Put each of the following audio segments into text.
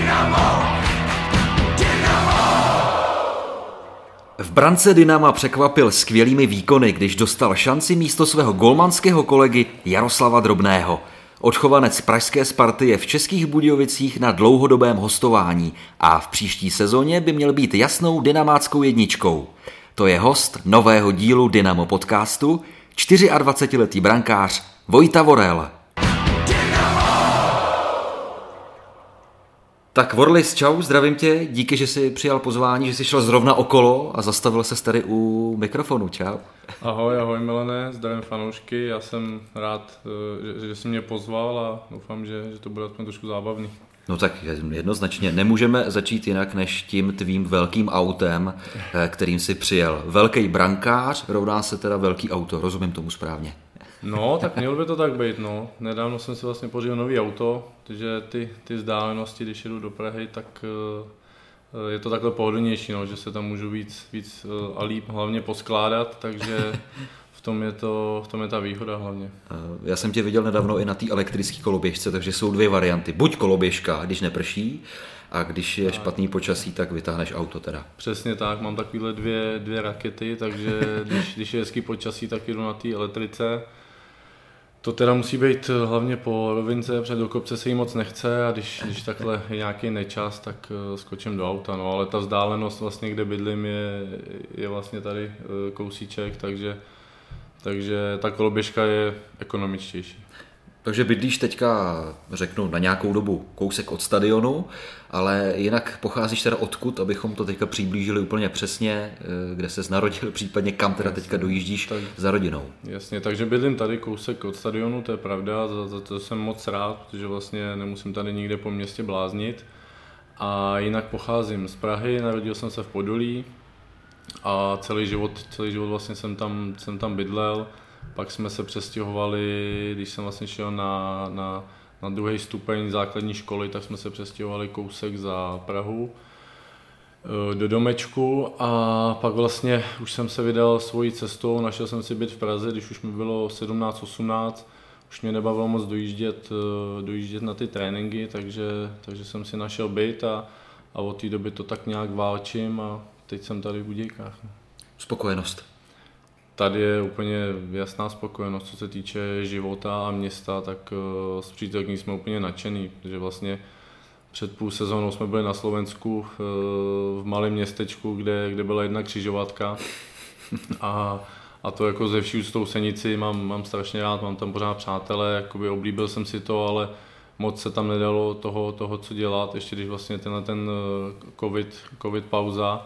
V brance Dynama překvapil skvělými výkony, když dostal šanci místo svého golmanského kolegy Jaroslava Drobného. Odchovanec pražské Sparty je v Českých Budějovicích na dlouhodobém hostování a v příští sezóně by měl být jasnou dynamáckou jedničkou. To je host nového dílu Dynamo podcastu, 24letý brankář Vojta Vorel. Tak Vorlis, čau, zdravím tě, díky, že jsi přijal pozvání, že jsi šel zrovna okolo a zastavil se tady u mikrofonu, čau. Ahoj Milane, zdravím fanoušky, já jsem rád, že jsi mě pozval a doufám, že to bude aspoň trošku zábavný. No tak jednoznačně, nemůžeme začít jinak než tím tvým velkým autem, kterým jsi přijel. Velký brankář, rovná se teda velký auto, rozumím tomu správně. No, tak mělo by to tak být, no. Nedávno jsem si vlastně pořídil nový auto, takže ty vzdálenosti, když jedu do Prahy, tak je to takhle pohodlnější, no, že se tam můžu víc a líp hlavně poskládat, takže v tom je ta výhoda hlavně. Já jsem tě viděl nedávno i na té elektrické koloběžce, takže jsou dvě varianty. Buď koloběžka, když neprší, a když je špatný počasí, tak vytáhneš auto teda. Přesně tak, mám takovýhle dvě rakety, takže když je hezký počasí, tak jdu na té elektrice. To teda musí být hlavně po rovince, protože do kopce se jí moc nechce a když takhle je nějaký nečas, tak skočím do auta. No, ale ta vzdálenost vlastně, kde bydlím, je vlastně tady kousíček, takže ta koloběžka je ekonomičtější. Takže bydlíš teďka, řeknu, na nějakou dobu kousek od stadionu, ale jinak pocházíš teda odkud, abychom to teďka přiblížili úplně přesně, kde ses narodil, případně kam teda teďka dojíždíš tak, za rodinou. Jasně, takže bydlím tady kousek od stadionu, to je pravda, za to jsem moc rád, protože vlastně nemusím tady nikde po městě bláznit. A jinak pocházím z Prahy, narodil jsem se v Podolí a celý život vlastně jsem tam bydlel. Pak jsme se přestěhovali, když jsem vlastně šel na druhý stupeň základní školy, tak jsme se přestěhovali kousek za Prahu do domečku a pak vlastně už jsem se vydal svojí cestou, našel jsem si byt v Praze, když už mi bylo 17-18, už mě nebavilo moc dojíždět na ty tréninky, takže jsem si našel byt a od té doby to tak nějak válčím a teď jsem tady v Budějkách. Spokojenost. Tady je úplně jasná spokojenost, co se týče života a města, tak s přítelkyní jsme úplně nadšený, protože vlastně před půl sezónou jsme byli na Slovensku v malém městečku, kde byla jedna křižovatka a to jako ze vší úctou Senici mám strašně rád, mám tam pořád přátelé, jakoby oblíbil jsem si to, ale moc se tam nedalo toho co dělat, ještě když vlastně ten covid pauza.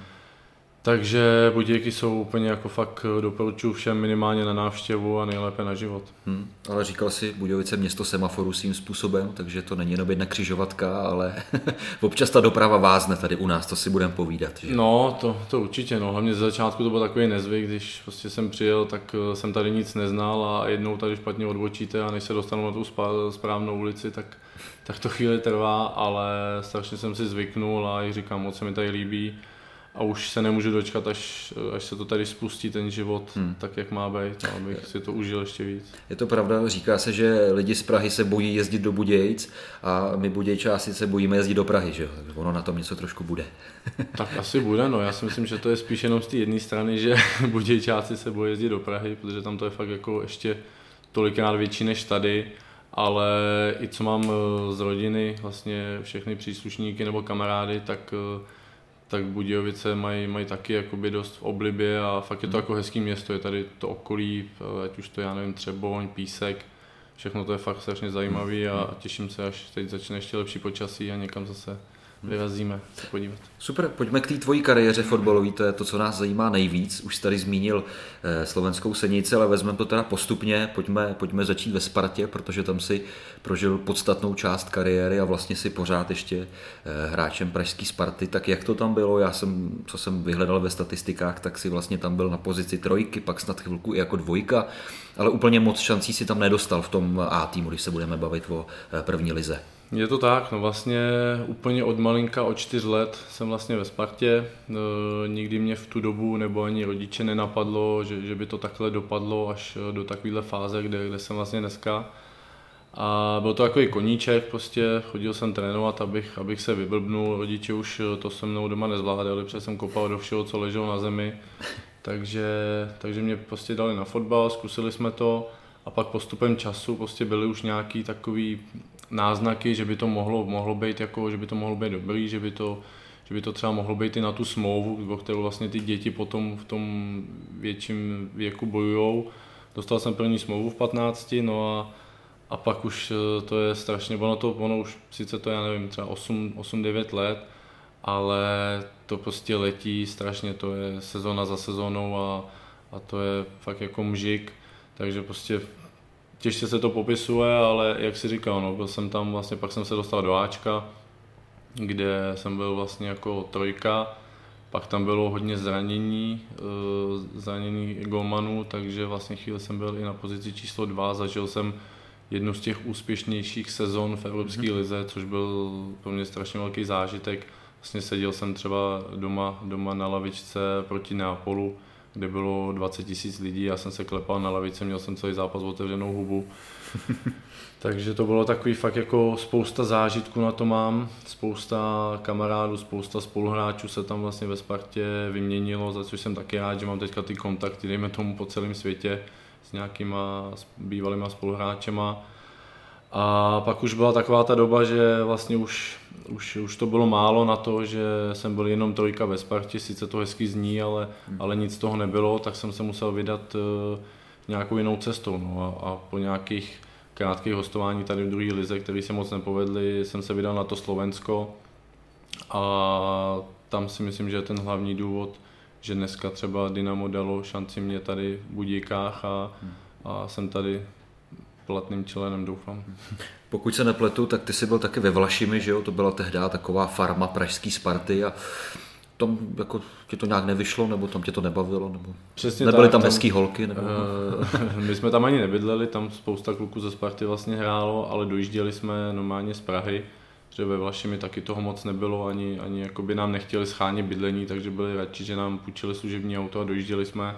Takže Budějky jsou úplně jako fakt doporučuji všem minimálně na návštěvu a nejlépe na život. Ale říkal jsi, Budějovice město semaforu svým způsobem, takže to není jenom jedna křižovatka, ale občas ta doprava vázne tady u nás, to si budeme povídat. Že? No, to určitě, no. Hlavně ze začátku to byl takový nezvyk, když prostě jsem přijel, tak jsem tady nic neznal a jednou tady špatně odbočíte a než se dostanu na tu správnou ulici, tak to chvíli trvá, ale strašně jsem si zvyknul a jak říkám, moc se mi tady líbí. A už se nemůžu dočkat, až se to tady spustí ten život tak, jak má být, abych si to užil ještě víc. Je to pravda, říká se, že lidi z Prahy se bojí jezdit do Budějc a my Budějčáci se bojíme jezdit do Prahy, že jo? Ono na tom něco trošku bude. Tak asi bude, no. Já si myslím, že to je spíš jenom z té jedné strany, že Budějčáci se bojí jezdit do Prahy, protože tam to je fakt jako ještě tolikrát větší než tady, ale i co mám z rodiny, vlastně všechny příslušníky nebo kamarády, tak Budějovice mají taky jakoby dost v oblibě a fakt je to jako hezký město, je tady to okolí, ať už to já nevím, Třeboň, Písek, všechno to je fakt strašně zajímavý a těším se, až teď začne ještě lepší počasí a někam zase vyrazíme se podívat. Super, pojďme k té tvojí kariéře fotbalové, to je to, co nás zajímá nejvíc. Už jsi tady zmínil slovenskou Senici, ale vezmeme to teda postupně, pojďme začít ve Spartě, protože tam si prožil podstatnou část kariéry a vlastně si pořád ještě hráčem pražský Sparty. Tak jak to tam bylo? Co jsem vyhledal ve statistikách, tak si vlastně tam byl na pozici trojky, pak snad chvilku i jako dvojka, ale úplně moc šancí si tam nedostal v tom A týmu, když se budeme bavit o první lize. Je to tak, no vlastně úplně od malinka, od 4 let jsem vlastně ve Spartě, nikdy mě v tu dobu nebo ani rodiče nenapadlo, že by to takhle dopadlo až do takovéhle fáze, kde jsem vlastně dneska. A byl to takový koníček, prostě chodil jsem trénovat, abych se vyblbnul, rodiče už to se mnou doma nezvládali, protože jsem kopal do všeho, co leželo na zemi. Takže mě prostě dali na fotbal, zkusili jsme to a pak postupem času prostě byly už nějaký takový náznaky, že by to mohlo být jako, že by to mohlo být dobrý, že by to třeba mohlo být i na tu smlouvu, o kterou vlastně ty děti potom v tom větším věku bojujou. Dostal jsem první smlouvu v 15, no a pak už to je strašně, ono už sice to, já nevím, třeba 8-9 let, ale to prostě letí strašně, to je sezóna za sezónou a to je fakt jako mžik, takže prostě těžce se to popisuje, ale jak si říkal, no, byl jsem tam vlastně, pak jsem se dostal do Ačka, kde jsem byl vlastně jako trojka, pak tam bylo hodně zranění golmanů, takže vlastně chvíli jsem byl i na pozici číslo 2, zažil jsem jednu z těch úspěšnějších sezon v Evropské lize, což byl pro mě strašně velký zážitek. Vlastně seděl jsem třeba doma na lavičce proti Neapolu, kde bylo 20 000 lidí, já jsem se klepal na lavice, měl jsem celý zápas otevřenou hubu. Takže to bylo takový fakt jako spousta zážitků na to mám, spousta kamarádů, spousta spoluhráčů se tam vlastně ve Spartě vyměnilo, za což jsem taky rád, že mám teďka ty kontakty, dejme tomu po celém světě s nějakýma bývalýma spoluhráčema. A pak už byla taková ta doba, že vlastně už to bylo málo na to, že jsem byl jenom trojka ve Spartě, sice to hezky zní, ale nic z toho nebylo, tak jsem se musel vydat nějakou jinou cestou. No a po nějakých krátkých hostování tady v druhé lize, které se moc nepovedly, jsem se vydal na to Slovensko a tam si myslím, že je ten hlavní důvod, že dneska třeba Dynamo dalo šanci mě tady v Budějkách a jsem tady platným členem, doufám. Pokud se nepletu, tak ty jsi byl taky ve Vlašimi, že jo? To byla tehdy taková farma pražský Sparty a tam jako ti to nějak nevyšlo, nebo tam tě to nebavilo, nebo přesně nebyly tak, tam hezký holky? Nebo... My jsme tam ani nebydleli, tam spousta kluků ze Sparty vlastně hrálo, ale dojížděli jsme normálně z Prahy, že ve Vlašimi taky toho moc nebylo, ani jakoby nám nechtěli schánit bydlení, takže byli radši, že nám půjčili služební auto a dojížděli jsme.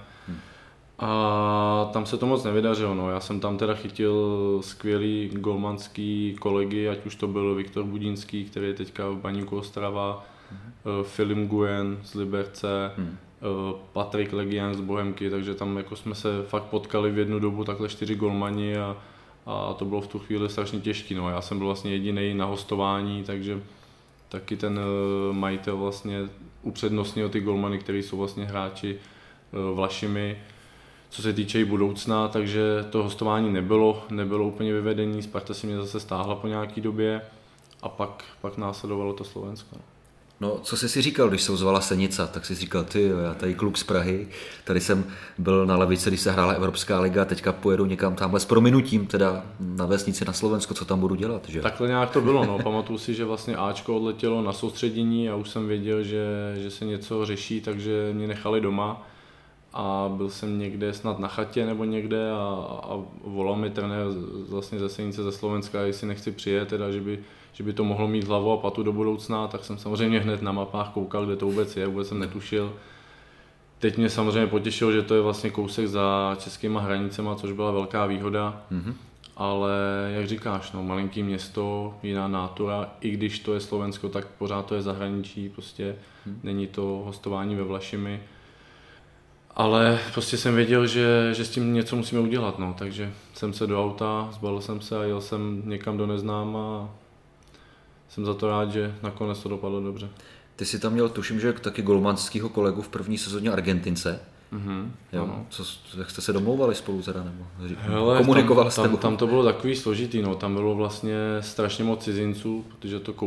A tam se to moc nevydařilo, no. Já jsem tam teda chytil skvělý golmanský kolegy, ať už to byl Viktor Budínský, který je teďka v Baníku Ostrava, Filip Nguyen z Liberce, Patrik Legian z Bohemky, takže tam jako jsme se fakt potkali v jednu dobu takhle 4 golmani a to bylo v tu chvíli strašně těžký, no. Já jsem byl vlastně jediný na hostování, takže taky ten majitel vlastně upřednostnil ty golmany, který jsou vlastně hráči Vlašimi, co se týče i budoucna, takže to hostování nebylo úplně vyvedení, Sparta si mě zase stáhla po nějaký době a pak následovalo to Slovensko. No, co jsi si říkal, když se ozvala Senica, tak jsi říkal, ty jo, já tady kluk z Prahy, tady jsem byl na lavici, když se hrála Evropská liga, teďka pojedu někam tamhle s prominutím, teda na vesnici na Slovensko, co tam budu dělat, že? Takhle nějak to bylo, no, pamatuju si, že vlastně Ačko odletělo na soustředění a už jsem věděl, že se něco řeší, takže mě nechali doma. A byl jsem někde snad na chatě nebo někde a volal mi trenér vlastně ze Senice ze Slovenska, jestli nechci přijet, teda, že by to mohlo mít hlavu a patu do budoucna, tak jsem samozřejmě hned na mapách koukal, kde to vůbec je, vůbec jsem netušil. Teď mě samozřejmě potěšilo, že to je vlastně kousek za českýma hranicema, což byla velká výhoda, ale jak říkáš, no, malinký město, jiná nátura, i když to je Slovensko, tak pořád to je zahraničí, prostě není to hostování ve Vlašimi. Ale prostě jsem věděl, že s tím něco musíme udělat, no, takže jsem se do auta, zbalil jsem se a jel jsem někam do neznáma a jsem za to rád, že nakonec to dopadlo dobře. Ty jsi tam měl, tuším, že taky golmanského kolegu v první sezóně Argentince. Jo, jak jste se domlouvali spolu teda, nebo hele, komunikovali jste? Tam to bylo takový složitý, no, tam bylo vlastně strašně moc cizinců, protože to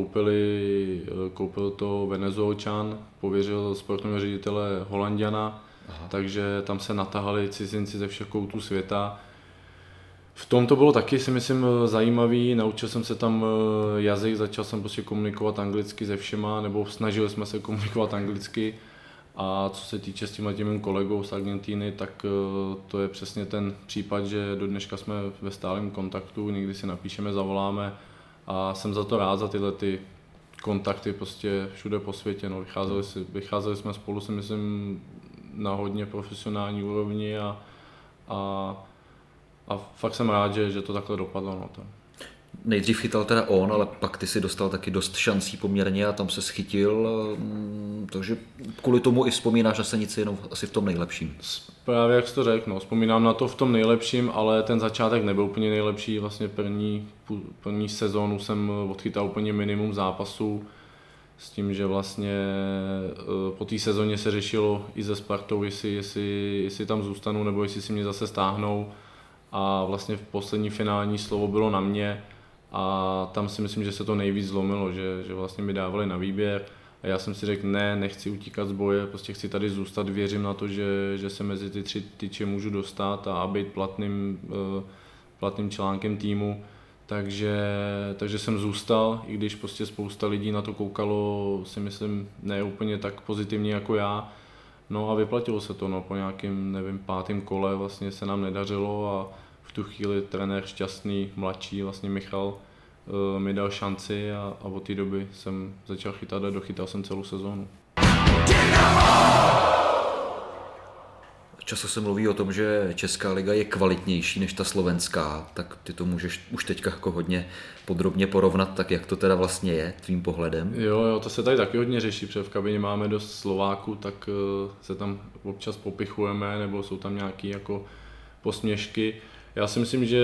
koupil to Venezuelčan, pověřil sportovního ředitele Holanďana. Takže tam se natahali cizinci ze všech koutů světa. V tom to bylo taky, si myslím, zajímavý, naučil jsem se tam jazyk, začal jsem prostě komunikovat anglicky se všema, nebo snažili jsme se komunikovat anglicky. A co se týče s tím kolegou z Argentíny, tak to je přesně ten případ, že do dneška jsme ve stálém kontaktu, někdy si napíšeme, zavoláme a jsem za to rád, za tyhle ty kontakty prostě všude po světě. No, vycházeli jsme spolu, si myslím, na hodně profesionální úrovni a fakt jsem rád, že to takhle dopadlo. No, to. nejdřív chytal teda on, ale pak ty si dostal taky dost šancí poměrně a tam se schytil, takže kvůli tomu i vzpomínáš na Senici jenom asi v tom nejlepším. Právě jak jsi to řekl, no, vzpomínám na to v tom nejlepším, ale ten začátek nebyl úplně nejlepší, vlastně první sezónu jsem odchytal úplně minimum zápasů, s tím, že vlastně po té sezóně se řešilo i se Spartou, jestli tam zůstanu nebo jestli si mě zase stáhnou a vlastně v poslední finální slovo bylo na mě a tam si myslím, že se to nejvíc zlomilo, že vlastně mi dávali na výběr a já jsem si řekl, ne, nechci utíkat z boje, prostě chci tady zůstat, věřím na to, že se mezi ty 3 tyče můžu dostat a být platným článkem týmu. Takže jsem zůstal, i když prostě spousta lidí na to koukalo, si myslím, ne úplně tak pozitivně jako já. No a vyplatilo se to, no, po nějakým, nevím, 5. kole vlastně se nám nedařilo a v tu chvíli trenér Šťastný, mladší, vlastně Michal, mi dal šanci a od té doby jsem začal chytat a dochytal jsem celou sezónu. Často se mluví o tom, že Česká liga je kvalitnější než ta slovenská, tak ty to můžeš už teďka jako hodně podrobně porovnat, tak jak to teda vlastně je tvým pohledem? Jo, to se tady taky hodně řeší, protože v kabině máme dost Slováků, tak se tam občas popichujeme, nebo jsou tam nějaké jako posměšky. Já si myslím, že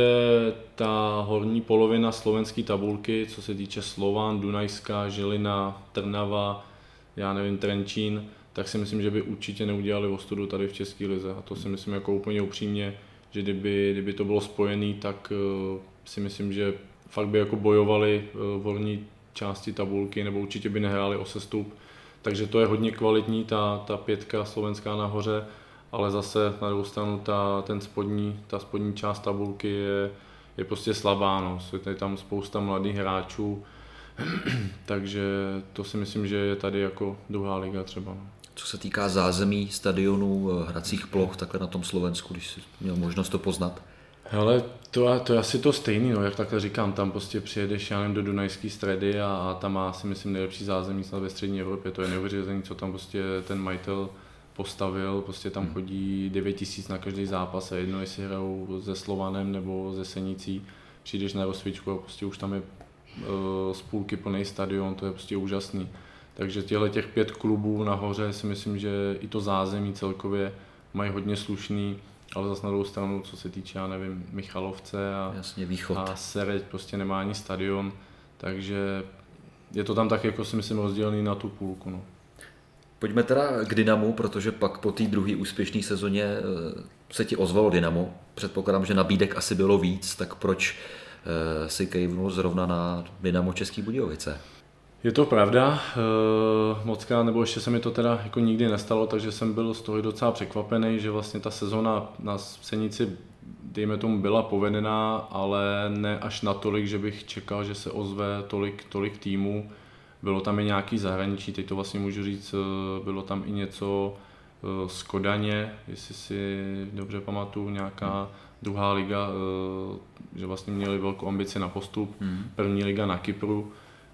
ta horní polovina slovenské tabulky, co se týče Slovan, Dunajská, Žilina, Trnava, já nevím, Trenčín, tak si myslím, že by určitě neudělali ostudu tady v České lize. A to si myslím jako úplně upřímně, že kdyby to bylo spojené, tak si myslím, že fakt by jako bojovali v horní části tabulky, nebo určitě by nehráli o sestup. Takže to je hodně kvalitní, ta 5 slovenská nahoře, ale zase na druhou stranu ta spodní část tabulky je prostě slabá. No. Je tam spousta mladých hráčů, takže to si myslím, že je tady jako druhá liga třeba. No. Co se týká zázemí, stadionů, hracích ploch, takhle na tom Slovensku, když jsi měl možnost to poznat? Hele, to je asi to stejný, no, jak takhle říkám, tam prostě přijedeš, já nevím, do Dunajské Stredy a tam má si myslím nejlepší zázemí snad ve střední Evropě, to je neuvěřitelné, co tam prostě ten majitel postavil, prostě tam chodí 9 000 na každý zápas a jedno, jestli hrajou se Slovanem nebo se Senicí, přijdeš na rozcvičku a prostě už tam je z půlky plný stadion, to je prostě úžasný. Takže těch 5 klubů nahoře si myslím, že i to zázemí celkově mají hodně slušný, ale zase na druhou stranu, co se týče, já nevím, Michalovce a Sereď, prostě nemá ani stadion, takže je to tam tak, jako si myslím, rozdělený na tu půlku. No. Pojďme teda k Dynamu, protože pak po té druhé úspěšné sezóně se ti ozvalo Dynamo. Předpokládám, že nabídek asi bylo víc, tak proč si kejvnul zrovna na Dynamo Český Budějovice? Je to pravda, mockrát, nebo ještě se mi to teda jako nikdy nestalo, takže jsem byl z toho docela překvapený, že vlastně ta sezona na Senici, dejme tomu, byla povedená, ale ne až natolik, že bych čekal, že se ozve tolik týmů. Bylo tam i nějaký zahraničí, teď to vlastně můžu říct, bylo tam i něco z Kodaně, jestli si dobře pamatuju, nějaká druhá liga, že vlastně měli velkou ambici na postup, první liga na Kypru,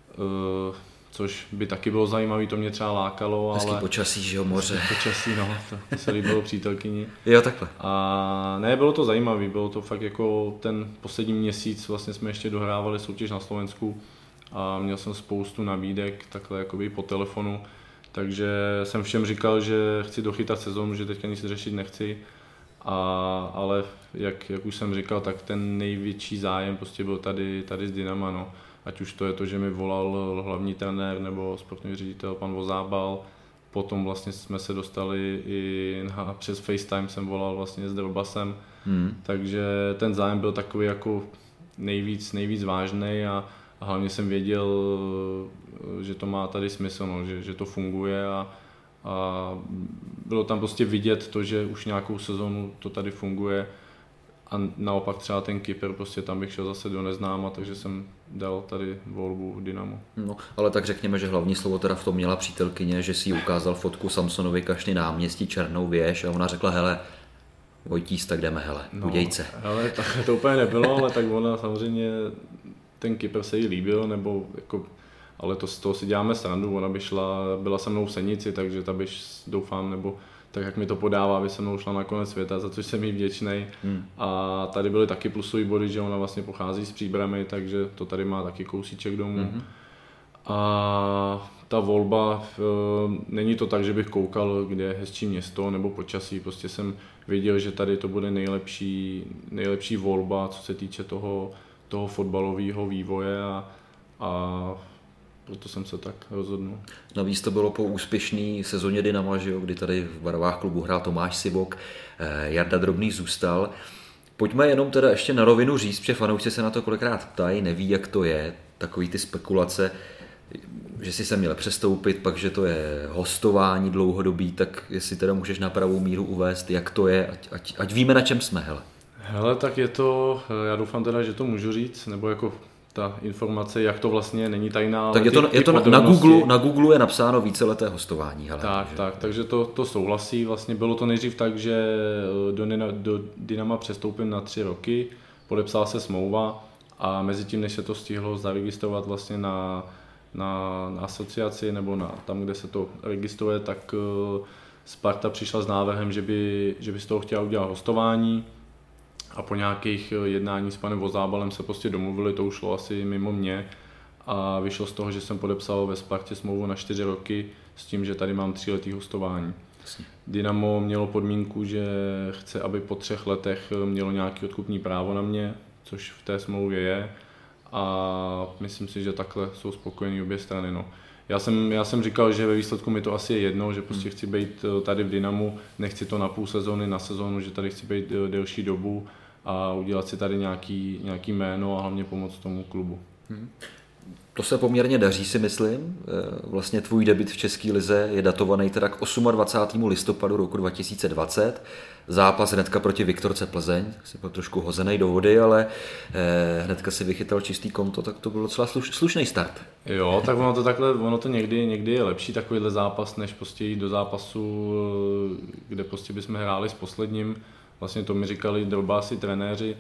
což by taky bylo zajímavé, to mě třeba lákalo. Hezký počasí, že jo, moře. Počasí, no, to se líbilo přítelkyni. Jo, takhle. A ne, bylo to zajímavé, bylo to fakt jako ten poslední měsíc, vlastně jsme ještě dohrávali soutěž na Slovensku a měl jsem spoustu nabídek, takhle jakoby po telefonu, takže jsem všem říkal, že chci dochytat sezónu, že teďka nic řešit nechci, ale jak už jsem říkal, tak ten největší zájem prostě byl tady z Dynama, no. Ať už to je to, že mi volal hlavní trenér nebo sportovní ředitel pan Vozábal, potom vlastně jsme se dostali i přes FaceTime jsem volal vlastně s Drobasem, takže ten zájem byl takový jako nejvíc vážnej a hlavně jsem věděl, že to má tady smysl, no, že to funguje a bylo tam prostě vidět to, že už nějakou sezonu to tady funguje a naopak třeba ten Kypr, prostě tam bych šel zase do neznáma, takže jsem dal tady volbu Dynamu. No, ale tak řekněme, že hlavní slovo teda v tom měla přítelkyně, že si jí ukázal fotku Samsonovi Kašny náměstí, Černou věž a ona řekla, hele, Vojtís, tak jdeme, hele, Budějce. Ale to úplně nebylo, ale tak ona samozřejmě, ten Kypr se jí líbil, nebo jako, ale to z toho si děláme srandu, ona by byla se mnou v Senici, takže ta by, doufám, nebo tak jak mi to podává, aby se mnou šla na konec světa, za což jsem jí vděčnej. A tady byly taky plusové body, že ona vlastně pochází z Příbrami, takže to tady má taky kousíček domů. A ta volba, není to tak, že bych koukal, kde je hezčí město nebo počasí, prostě jsem věděl, že tady to bude nejlepší volba, co se týče toho fotbalového vývoje a proto jsem se tak rozhodnul. Navíc to bylo po úspěšné sezóně Dynama, že jo, kdy tady v barvách klubu hrál Tomáš Sivok, Jarda Drobný zůstal. Pojďme jenom teda ještě na rovinu říct, protože fanoušci se na to kolikrát ptají, neví, jak to je, takový ty spekulace, že si se měl přestoupit, pak že to je hostování dlouhodobý, tak jestli teda můžeš na pravou míru uvést, jak to je, ať víme, na čem jsme, hele. Hele, tak je to, já doufám teda, že to můžu říct, nebo jako ta informace, jak to vlastně není tajná. Tak je to na Google je napsáno víceleté hostování. Hele, takže to souhlasí. Vlastně bylo to nejdřív tak, že do Dynama přestoupím na 3 roky, podepsala se smlouva a mezi tím, než se to stihlo zaregistrovat vlastně na asociaci nebo tam, kde se to registruje, tak Sparta přišla s návrhem, že by z toho chtěla udělat hostování. A po nějakých jednání s panem Vozábalem se prostě domluvili, to už šlo asi mimo mě a vyšlo z toho, že jsem podepsal ve Spartě smlouvu na 4 roky s tím, že tady mám 3letý hostování. Dynamo mělo podmínku, že chce, aby po 3 letech mělo nějaké odkupní právo na mě, což v té smlouvě je a myslím si, že takhle jsou spokojení obě strany. No. Já jsem říkal, že ve výsledku mi to asi je jedno, že prostě chci být tady v Dynamu, nechci to na půl sezóny, na sezónu, že tady chci být delší dobu a udělat si tady nějaký jméno a hlavně pomoct tomu klubu. To se poměrně daří, si myslím. Vlastně tvůj debut v České lize je datovaný teda k 28. listopadu roku 2020. Zápas hnedka proti Viktorce Plzeň, si byl trošku hozený do vody, ale hnedka si vychytal čistý konto, tak to byl docela slušný start. Jo, tak ono to někdy je lepší takovýhle zápas, než prostě jít do zápasu, kde prostě bychom hráli s posledním. Vlastně to mi říkali drobási trenéři.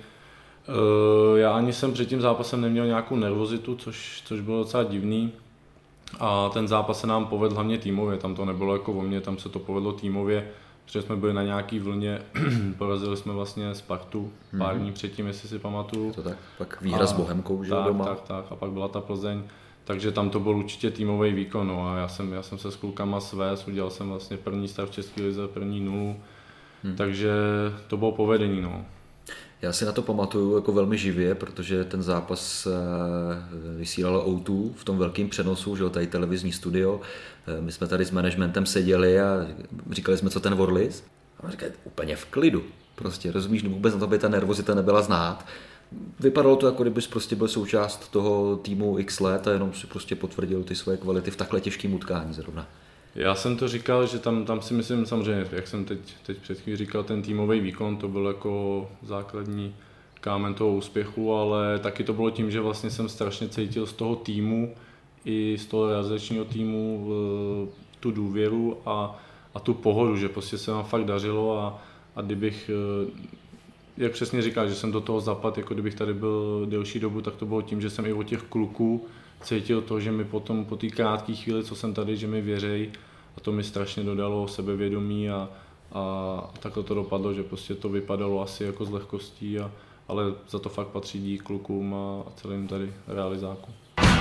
Já ani jsem před tím zápasem neměl nějakou nervozitu, což bylo docela divný. A ten zápas se nám povedl hlavně týmově, tam to nebylo jako o mně, tam se to povedlo týmově, protože jsme byli na nějaký vlně, porazili jsme vlastně Spartu pár dní předtím, jestli si pamatuju. To tak, pak výhra s Bohemkou, že doma. Tak, a pak byla ta Plzeň, takže tam to byl určitě týmový výkon, no, a já jsem se s klukama svést, udělal jsem vlastně první start v České lize, první nulu, takže to bylo povedení, no. Já si na to pamatuju jako velmi živě, protože ten zápas vysílalo O2 v tom velkém přenosu, že tady televizní studio. My jsme tady s managementem seděli a říkali jsme, co ten Vorlis. A on říkal, úplně v klidu. Prostě rozumíš, vůbec na to by ta nervozita nebyla znát. Vypadalo to, jako kdybys prostě byl součást toho týmu x let a jenom si prostě potvrdil ty svoje kvality v takhle těžkém utkání zrovna. Já jsem to říkal, že tam si myslím samozřejmě, jak jsem teď před chvílí říkal, ten týmový výkon, to byl jako základní kámen toho úspěchu, ale taky to bylo tím, že vlastně jsem strašně cítil z toho týmu i z toho realizačního týmu tu důvěru a tu pohodu, že prostě se nám fakt dařilo a kdybych, jak přesně říkal, že jsem do toho zapadl, jako kdybych tady byl delší dobu, tak to bylo tím, že jsem i od těch kluků cítil to, že mi potom po té krátké chvíli, co jsem tady, že mi věří a to mi strašně dodalo sebevědomí a takhle to dopadlo, že prostě to vypadalo asi jako z lehkostí, ale za to fakt patří dík klukům a celým tady realizáku.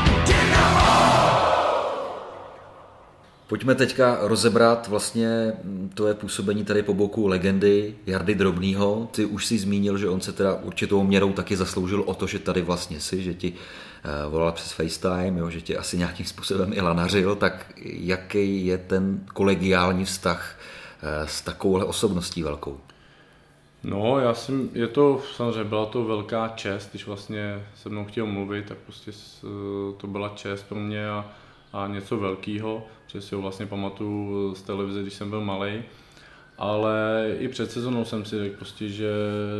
Pojďme teďka rozebrat vlastně tvoje působení tady po boku legendy Jardy Drobnýho. Ty už si zmínil, že on se teda určitou měrou taky zasloužil o to, že tady vlastně jsi, že ti volal přes FaceTime, jo, že tě asi nějakým způsobem i lanařil, tak jaký je ten kolegiální vztah s takovouhle osobností velkou? No, samozřejmě byla to velká čest, když vlastně se mnou chtěl mluvit, tak prostě to byla čest pro mě a něco velkého, že si ho vlastně pamatuju z televize, když jsem byl malej, ale i před sezónou jsem si řekl prostě, že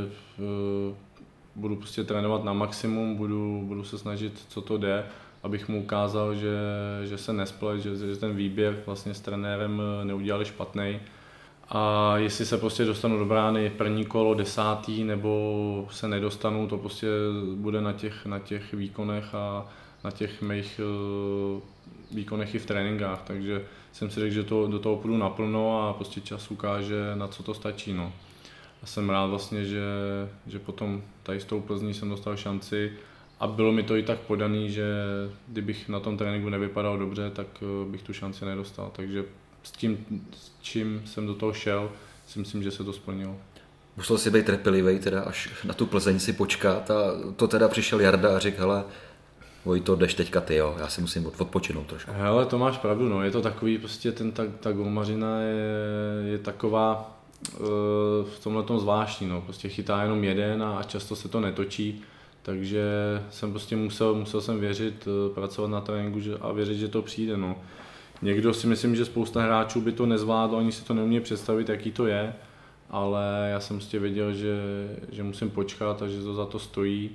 budu prostě trénovat na maximum, budu se snažit, co to jde, abych mu ukázal, že se nesplet, že ten výběr vlastně s trenérem neudělali špatnej. A jestli se prostě dostanu do brány první kolo, 10. nebo se nedostanu, to prostě bude na těch výkonech na těch mých výkonech i v tréninkách, takže jsem si řekl, že do toho půjdu naplno a prostě čas ukáže, na co to stačí. No. A jsem rád vlastně, že potom tady s tou Plzní jsem dostal šanci a bylo mi to i tak podaný, že kdybych na tom tréninku nevypadal dobře, tak bych tu šanci nedostal. Takže s čím jsem do toho šel, si myslím, že se to splnilo. Musel si být trpělivý, teda až na tu Plzeň si počkat a to teda přišel Jarda a řekl, hele, Vojto, jdeš teďka ty, jo, já si musím odpočinout trošku. Hele, to máš pravdu, no, je to takový, prostě ta golmařina je taková v tomhletom zvláštní, no, prostě chytá jenom jeden a často se to netočí, takže jsem prostě musel jsem věřit, pracovat na tréninku a věřit, že to přijde, no. Někdo si myslím, že spousta hráčů by to nezvládlo, oni si to neumějí představit, jaký to je, ale já jsem prostě věděl, že musím počkat a že to za to stojí.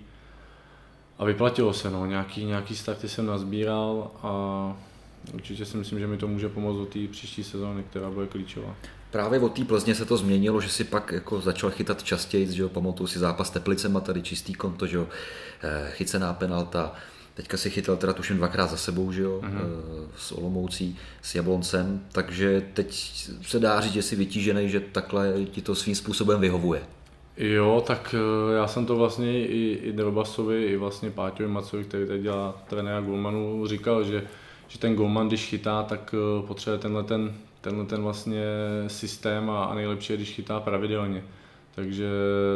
A vyplatilo se, no. Nějaký starty jsem nazbíral a určitě si myslím, že mi to může pomoct do té příští sezóny, která bude klíčová. Právě od té Plzně se to změnilo, že si pak jako začal chytat častěji, že jo, pamatuju si zápas s Teplicema, tady čistý konto, že jo, chycená penalta. Teďka si chytal teda tuším 2krát za sebou, že jo, s Olomoucí, s Jabloncem, takže teď se dá říct, že jsi vytížený, že takhle ti to svým způsobem vyhovuje. Jo, tak já jsem to vlastně i Drobasovi, i vlastně Páťovi Macovi, který teď dělá trenéra golmanů, říkal, že ten golman, když chytá, tak potřebuje tenhle vlastně systém a nejlepší je, když chytá pravidelně. Takže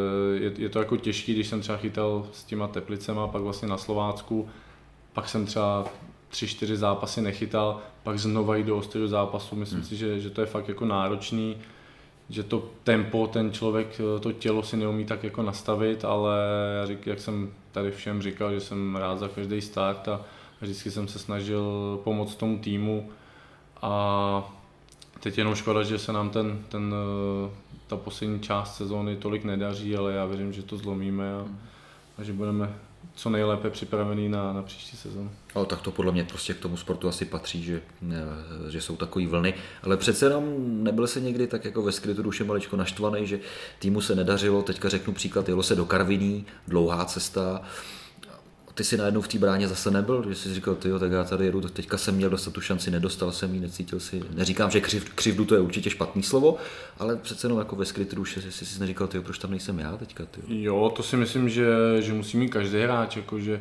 je to jako těžký, když jsem třeba chytal s těma Teplicema, pak vlastně na Slovácku, pak jsem třeba 3-4 zápasy nechytal, pak znova jít do ostrého zápasu. Myslím si, že to je fakt jako náročný, že to tempo, ten člověk, to tělo si neumí tak jako nastavit, ale jak jsem tady všem říkal, že jsem rád za každý start a vždycky jsem se snažil pomoct tomu týmu a teď jenom škoda, že se nám ta poslední část sezóny tolik nedaří, ale já věřím, že to zlomíme a že budeme co nejlépe připravený na příští sezónu. Ale tak to podle mě prostě k tomu sportu asi patří, že jsou takový vlny, ale přece jenom nebyl se někdy tak jako ve skrytu duše maličko naštvaný, že týmu se nedařilo, teďka řeknu příklad, jelo se do Karviní, dlouhá cesta, ty si najednou v té bráně zase nebyl, že jsi říkal, tyjo, tak já tady jedu, teďka jsem měl dostat tu šanci, nedostal jsem ji, necítil si, neříkám, že křivdu to je určitě špatný slovo, ale přece jenom jako ve skrytu duše jsi neříkal, tyjo, proč tam nejsem já teďka, tyjo. Jo, to si myslím, že musí mít každý hráč, jakože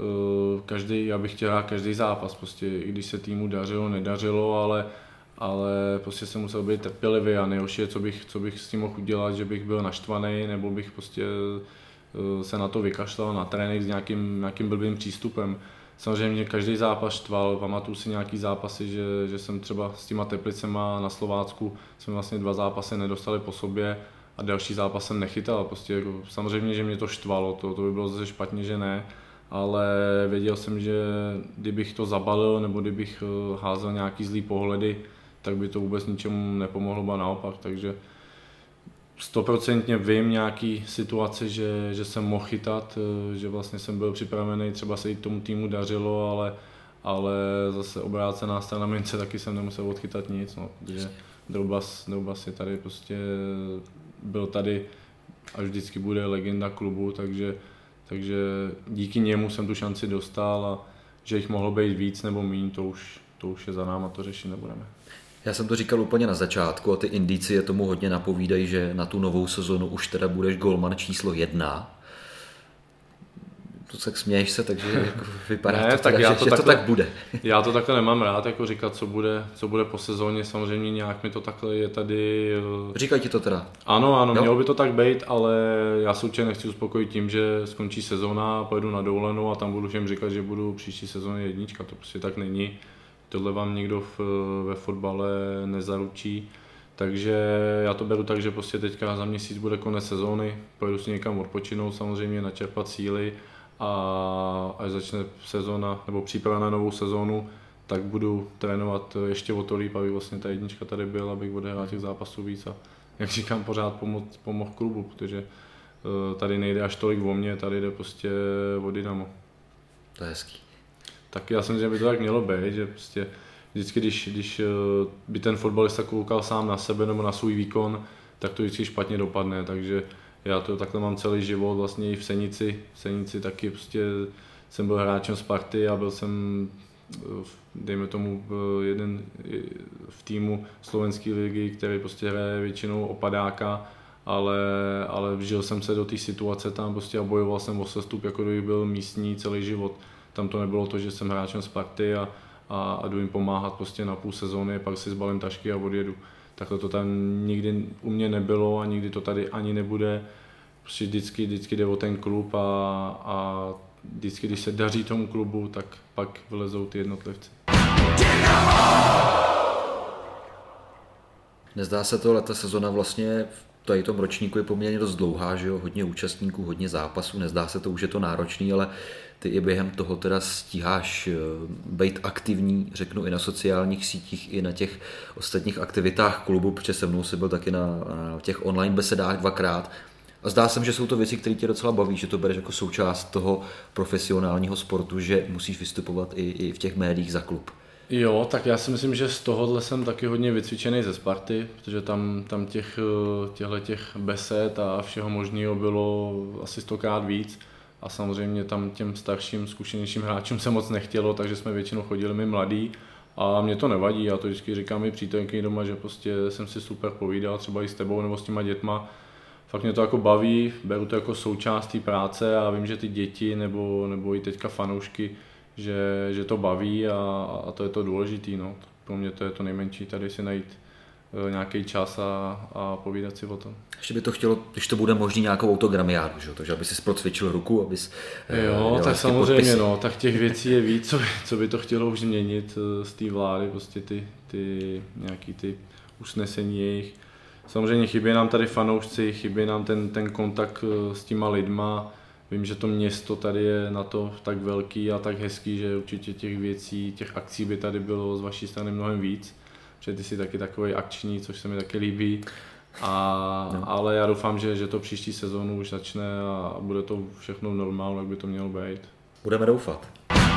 já bych chtěl hrát každý zápas, prostě i když se týmu dařilo, nedařilo, ale prostě jsem musel být trpělivý a nejhorší je, co bych s tím mohl udělat, že bych byl naštvaný, nebo bych prostě se na to vykašlal na trénink s nějakým blbým přístupem. Samozřejmě každý zápas štval, pamatuju si nějaký zápasy, že jsem třeba s těma Teplicema na Slovácku jsme vlastně 2 zápasy nedostali po sobě a další zápas jsem nechytal. Prostě jako, samozřejmě, že mě to štvalo, to by bylo zase špatně, že ne, ale věděl jsem, že kdybych to zabalil nebo kdybych házel nějaký zlý pohledy, tak by to vůbec ničemu nepomohlo, ba naopak, takže 100% vím nějaký situace, že jsem mohl chytat, že vlastně jsem byl připravený, třeba se i tomu týmu dařilo, ale zase obrácená strana mince, taky jsem nemusel odchytat nic, no, protože Droubas je tady prostě, byl tady a vždycky bude legenda klubu, takže díky němu jsem tu šanci dostal a že jich mohlo být víc nebo míň, to už je za náma, to řešit nebudeme. Já jsem to říkal úplně na začátku a ty indicie tomu hodně napovídají, že na tu novou sezonu už teda budeš golman číslo 1. To tak směješ se, takže jako vypadá ne, to teda, že to tak bude. Já to takhle nemám rád, jako říkat, co bude po sezóně, samozřejmě nějak mi to takhle je tady. Říkají ti to teda? Ano, mělo by to tak být, ale já se určitě nechci uspokojit tím, že skončí sezóna, pojedu na dovolenou a tam budu všem říkat, že budu příští sezóně 1, to prostě tak není. Tohle vám nikdo ve fotbale nezaručí, takže já to beru tak, že prostě teďka za měsíc bude konec sezóny, pojedu si někam odpočinout, samozřejmě načerpat síly a až začne sezóna nebo příprava na novou sezónu, tak budu trénovat ještě o to líp, aby vlastně ta 1 tady byla, abych odehrál těch zápasů víc a jak říkám, pořád pomohl klubu, protože tady nejde až tolik o mě, tady jde prostě o Dynamo. To je hezký. Tak já si myslím, že by to tak mělo být, že prostě vždycky, když by ten fotbalista koukal sám na sebe nebo na svůj výkon, tak to vždycky špatně dopadne, takže já to takhle mám celý život, vlastně i v Senici taky prostě jsem byl hráčem Sparty a byl jsem, dejme tomu, jeden v týmu slovenské ligy, který prostě hraje většinou opadáka, ale vžil jsem se do té situace tam prostě a bojoval jsem o sestup, jako kdyby byl místní celý život. Tam to nebylo to, že jsem hráčem Sparty a jdu jim pomáhat prostě na půl sezóny, pak si zbalím tašky a odjedu. Takhle to tam nikdy u mě nebylo a nikdy to tady ani nebude. Prostě vždycky jde o ten klub a vždycky, když se daří tomu klubu, tak pak vylezou ty jednotlivci. Nezdá se to, ta sezona vlastně v tady tom ročníku je poměrně dost dlouhá, že jo? Hodně účastníků, hodně zápasů, nezdá se to, už je to náročný, ale ty i během toho teda stíháš být aktivní, řeknu i na sociálních sítích, i na těch ostatních aktivitách klubu, protože se mnou jsi byl taky na těch online besedách 2krát. A zdá se mi, že jsou to věci, které tě docela baví, že to bereš jako součást toho profesionálního sportu, že musíš vystupovat i v těch médiích za klub. Jo, tak já si myslím, že z tohohle jsem taky hodně vycvičený ze Sparty, protože tam těch besed a všeho možného bylo asi 100krát víc. A samozřejmě tam těm starším, zkušenějším hráčům se moc nechtělo, takže jsme většinou chodili my mladí. A mě to nevadí, já to vždycky říkám i přítelkyni doma, že prostě jsem si super povídal, třeba i s tebou nebo s těma dětma. Fakt mě to jako baví, beru to jako součást té práce a vím, že ty děti nebo i teďka fanoušky, že to baví a to je to důležitý. No. Pro mě to je to nejmenší, tady si najít nějaký čas a povídat si o tom. Ještě by to chtělo, když to bude možný, nějakou autogramiádu, že? Takže aby si procvičil ruku, abys... Jo, tak samozřejmě, no, tak těch věcí je víc, co by to chtělo už změnit z té vlády, prostě ty nějaký ty usnesení jejich. Samozřejmě chybí nám tady fanoušci, chybí nám ten kontakt s těma lidma. Vím, že to město tady je na to tak velký a tak hezký, že určitě těch věcí, těch akcí by tady bylo z vaší strany mnohem víc. Protože ty jsi taky takový akční, což se mi taky líbí. Ale já doufám, že to příští sezónu už začne a bude to všechno normálně, jak by to mělo být. Budeme doufat.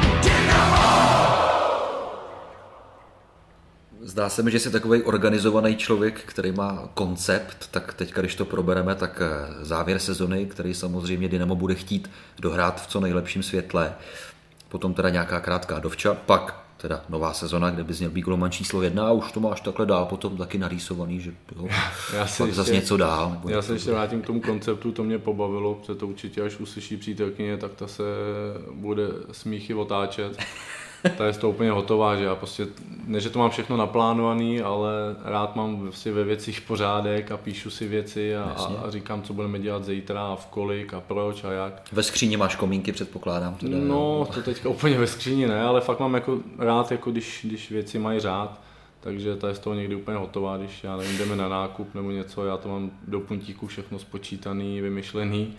Zdá se mi, že jsi takový organizovaný člověk, který má koncept, tak teďka, když to probereme, tak závěr sezony, který samozřejmě Dynamo bude chtít dohrát v co nejlepším světle. Potom teda nějaká krátká dovča, pak teda nová sezona, kde bys měl být golman číslo 1 a už to máš takhle dál potom taky narýsovaný, že jo, pak zase něco dál. Já se ještě vrátím k tomu konceptu, to mě pobavilo, protože to určitě, až uslyší přítelkyně, tak ta se bude smíchy otáčet. Ta je to úplně hotová, že já prostě, ne, že to mám všechno naplánovaný, ale rád mám vlastně ve věcích pořádek a píšu si věci a říkám, co budeme dělat zítra a v kolik a proč a jak. Ve skříni máš komínky, předpokládám. Teda, no, to teďka úplně ve skříni ne, ale fakt mám jako rád, jako když věci mají řád, takže ta je z toho někdy úplně hotová, když já nevím, jdeme na nákup nebo něco, já to mám do puntíku všechno spočítaný, vymyšlený,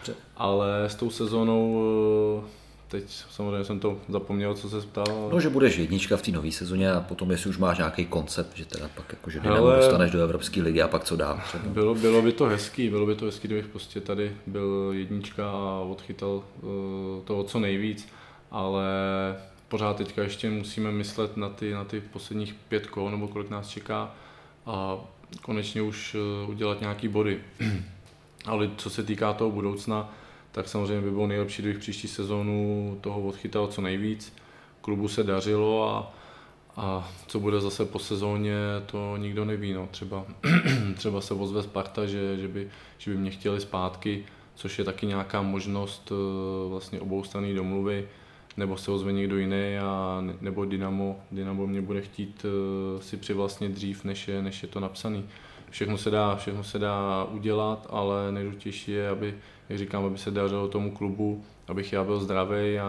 ale s tou sezónou teď samozřejmě jsem to zapomněl, co se ptal. No, že budeš jednička v té nové sezóně a potom, jestli už máš nějaký koncept, že teda pak jakože Dynamo dostaneš do Evropské ligy a pak co dál. Bylo by to hezký, kdybych prostě tady byl jednička a odchytal toho co nejvíc, ale pořád teďka ještě musíme myslet na ty posledních 5 kol, nebo kolik nás čeká a konečně už udělat nějaký body. Ale co se týká toho budoucna, tak samozřejmě by bylo nejlepší, kdybych příští sezónu toho odchytal co nejvíc. Klubu se dařilo a co bude zase po sezóně, to nikdo neví. No. Třeba se ozve Sparta, že by mě chtěli zpátky, což je taky nějaká možnost vlastně oboustranné domluvy, nebo se ozve někdo jiný, nebo Dynamo mě bude chtít si přivlastnit dřív, než je to napsaný. Všechno se dá udělat, ale nejdůležitější je, aby se dařilo tomu klubu, abych já byl zdravý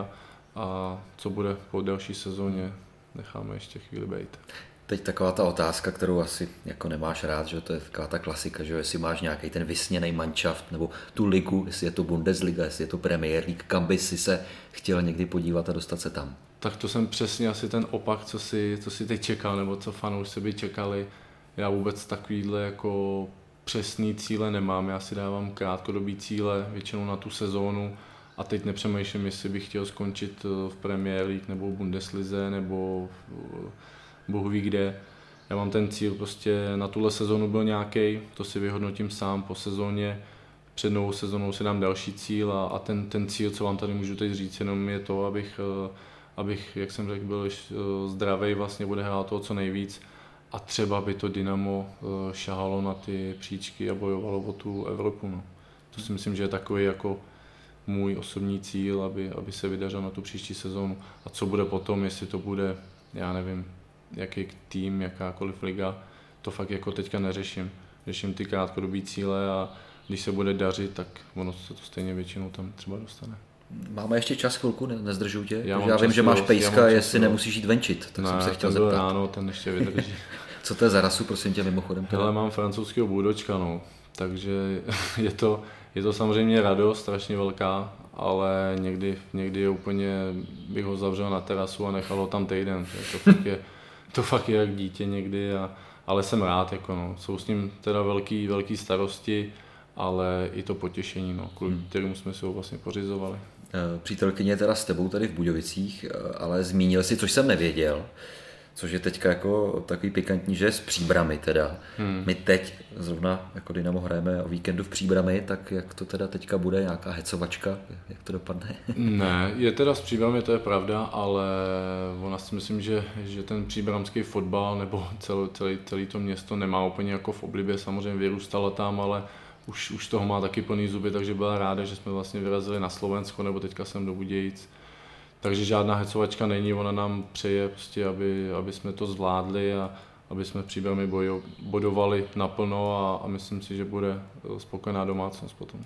a co bude po další sezóně, necháme ještě chvíli být. Teď taková ta otázka, kterou asi jako nemáš rád, že to je taková ta klasika, že jestli máš nějaký ten vysněný manšaft nebo tu ligu, jestli je to Bundesliga, jestli je to Premier League, kam by si se chtěl někdy podívat a dostat se tam. Tak to jsem přesně asi ten opak, co si teď čekal, nebo co fanoušci by čekali. Já vůbec takovýhle jako přesný cíle nemám, já si dávám krátkodobý cíle, většinou na tu sezónu a teď nepřemýšlím, jestli bych chtěl skončit v Premier League nebo v Bundeslize nebo bohu ví kde. Já mám ten cíl prostě na tuhle sezónu byl nějaký, to si vyhodnotím sám po sezóně, před novou sezónou si dám další cíl a ten cíl, co vám tady můžu teď říct, jenom je to, abych jak jsem řekl, byl zdravý, vlastně bude hrát toho co nejvíc a třeba by to Dynamo šahalo na ty příčky a bojovalo o tu Evropu. No. To si myslím, že je takový jako můj osobní cíl, aby se vydařil na tu příští sezónu. A co bude potom, jestli to bude, já nevím, jaký tým, jakákoliv liga, to fakt jako teďka neřeším. Řeším ty krátkodobý cíle a když se bude dařit, tak ono se to stejně většinou tam třeba dostane. Máme ještě čas, chvilku, nezdržuju tě? Já vím, že máš pejska, jestli nemusíš jít venčit, tak jsem se chtěl zeptat. Ráno, ten ještě vydrží. Co to je za rasu, prosím tě, mimochodem? Hele, mám francouzského buldočka, no. Takže je to samozřejmě radost, strašně velká, ale někdy je úplně, bych ho zavřel na terasu a nechal ho tam týden. To fakt je jak dítě někdy, ale jsem rád, jako no. Jsou s ním teda velký starosti, ale i to potěšení, no, kvůli kterému jsme si ho vlastně pořizovali. Přítelkyně je teda s tebou tady v Budějovicích, ale zmínil si, což jsem nevěděl, což je teďka jako takový pikantní, že s Příbrami teda. My teď zrovna jako Dynamo hrajeme o víkendu v Příbrami, tak jak to teda teďka bude, nějaká hecovačka, jak to dopadne? Ne, je teda s Příbrami, to je pravda, ale ona si myslím, že ten příbramský fotbal nebo celý to město nemá úplně jako v oblibě, samozřejmě vyrůstala tam, ale už toho má taky plný zuby, takže byla ráda, že jsme vlastně vyrazili na Slovensko nebo teďka jsem do Budějic. Takže žádná hecovačka není, ona nám přeje, prostě, aby jsme to zvládli a aby jsme v Příbrami bodovali naplno a myslím si, že bude spokojená domácnost potom.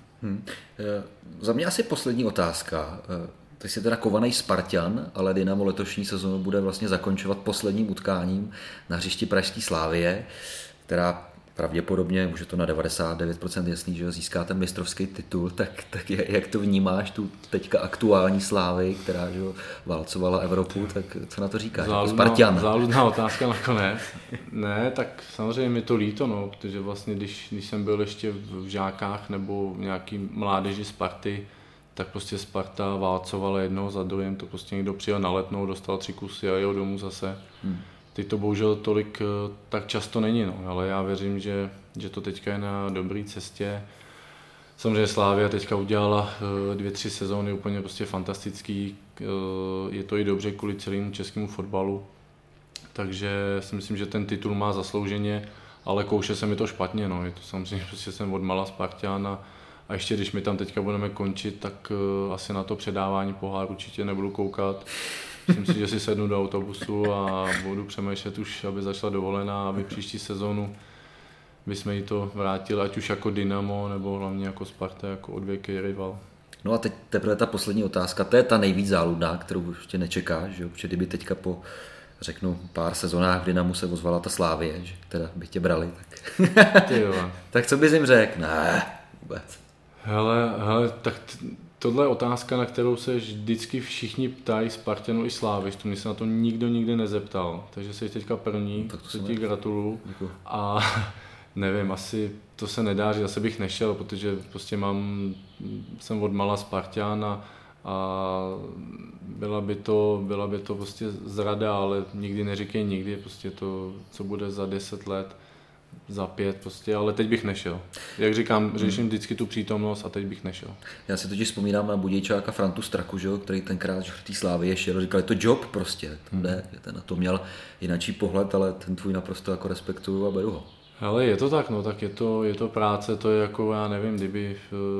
Za mě asi poslední otázka. Ty jsi teda kovaný Spartan, ale Dynamo letošní sezónu bude vlastně zakončovat posledním utkáním na hřišti pražský Slavie, která pravděpodobně, už je to na 99% jasný, že získá ten mistrovský titul, tak jak to vnímáš, tu teďka aktuální Slávy, která že válcovala Evropu, tak co na to říkáš? Spartan. Záludná otázka nakonec. Ne, tak samozřejmě mi to líto, no, protože vlastně, když jsem byl ještě v žákách nebo v nějaký mládeži Sparty, tak prostě Sparta válcovala jednou za druhým, to prostě někdo přijel na Letnou, dostal 3 kusy a jel domů zase. Teď to bohužel tak často není, no, ale já věřím, že to teďka je na dobré cestě. Samozřejmě Slavia teďka udělala 2-3 sezóny úplně prostě fantastický, je to i dobře kvůli celému českému fotbalu, takže si myslím, že ten titul má zaslouženě, ale kouše se mi to špatně, no, je to samozřejmě, prostě jsem odmala Spartan a ještě když my tam teďka budeme končit, tak asi na to předávání poháru určitě nebudu koukat. Myslím si, že si sednu do autobusu a budu přemýšlet už, aby začala dovolená, aby příští sezónu bychom jí to vrátili, ať už jako Dynamo, nebo hlavně jako Sparta, jako odvěký rival. No a teď teprve ta poslední otázka, to je ta nejvíc záludná, kterou ještě nečekáš, že? Protože kdyby teďka po, řeknu, pár sezónách v Dynamu se ozvala ta Slávie, že teda by tě brali, tak, tak co bys jim řekl? Ne, vůbec. Hele, tak tohle je otázka, na kterou se vždycky všichni ptají Spartanu i Slávistů. Mě se na to nikdo nikdy nezeptal, takže jsi teďka první, to ti gratuluju. A nevím, asi to se nedá, že zase bych nešel, protože prostě jsem odmala Spartan a byla by to prostě zrada, ale nikdy neříkej nikdy, prostě to, co bude za 10 let, za 5 prostě, ale teď bych nešel. Jak říkám, řeším vždycky tu přítomnost a teď bych nešel. Já si totiž vzpomínám na Budějčáka Frantu Straku, že, který tenkrát v té Slávě šel, říkal, je to job prostě, ten na to měl jináčí pohled, ale ten tvůj naprosto jako respektuju a beru ho. Hele, je to tak, no, tak je to práce, to je jako, já nevím, kdyby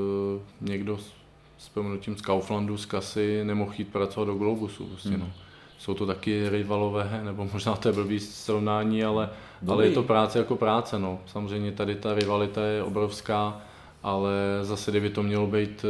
někdo s pomnutím z Kauflandu, z kasy nemohl jít pracovat do Globusu, prostě, no. Jsou to taky rivalové, nebo možná to je blbý srovnání, ale je to práce jako práce, no. Samozřejmě tady ta rivalita je obrovská, ale zase kdyby to mělo být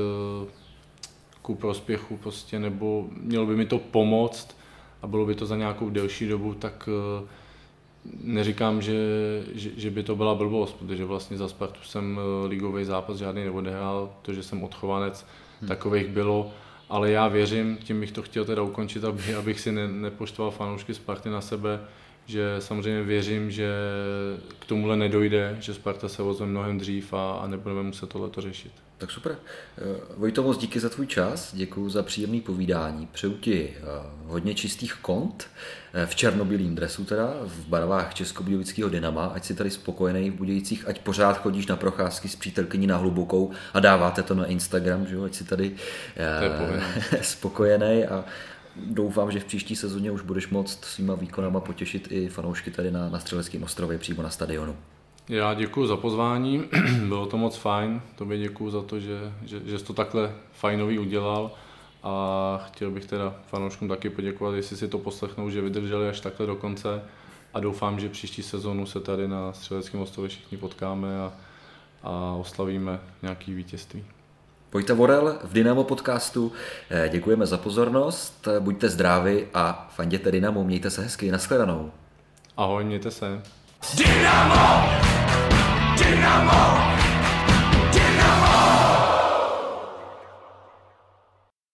ku prospěchu prostě, nebo mělo by mi to pomoct a bylo by to za nějakou delší dobu, tak neříkám, že by to byla blbost, protože vlastně za Spartu jsem ligový zápas žádný neodehrál, to, že jsem odchovanec, takových bylo. Ale já věřím, tím bych to chtěl teda ukončit, abych si nepoštval fanoušky Sparty na sebe, že samozřejmě věřím, že k tomuhle nedojde, že Sparta se ozve mnohem dřív a nebudeme muset tohleto řešit. Tak super. Vojto, moc díky za tvůj čas, děkuji za příjemný povídání. Přeju ti hodně čistých kont v černobílém dresu teda, v barvách Českobudějovického Dynama, ať si tady spokojený v Budějcích, ať pořád chodíš na procházky s přítelkyní na Hlubokou a dáváte to na Instagram, že jo? Ať si tady spokojený a doufám, že v příští sezóně už budeš moct svýma výkonama potěšit i fanoušky tady na Střeleckém ostrově přímo na stadionu. Já děkuji za pozvání, bylo to moc fajn, tobě děkuji za to, že jsi to takhle fajnový udělal a chtěl bych teda fanouškům taky poděkovat, jestli si to poslechnou, že vydrželi až takhle do konce a doufám, že příští sezonu se tady na Střeleckém ostrově všichni potkáme a oslavíme nějaký vítězství. Vojta Vorel v Dynamo podcastu, děkujeme za pozornost, buďte zdraví a fanděte Dynamo, mějte se hezky, nashledanou. Ahoj, mějte se. Dynamo!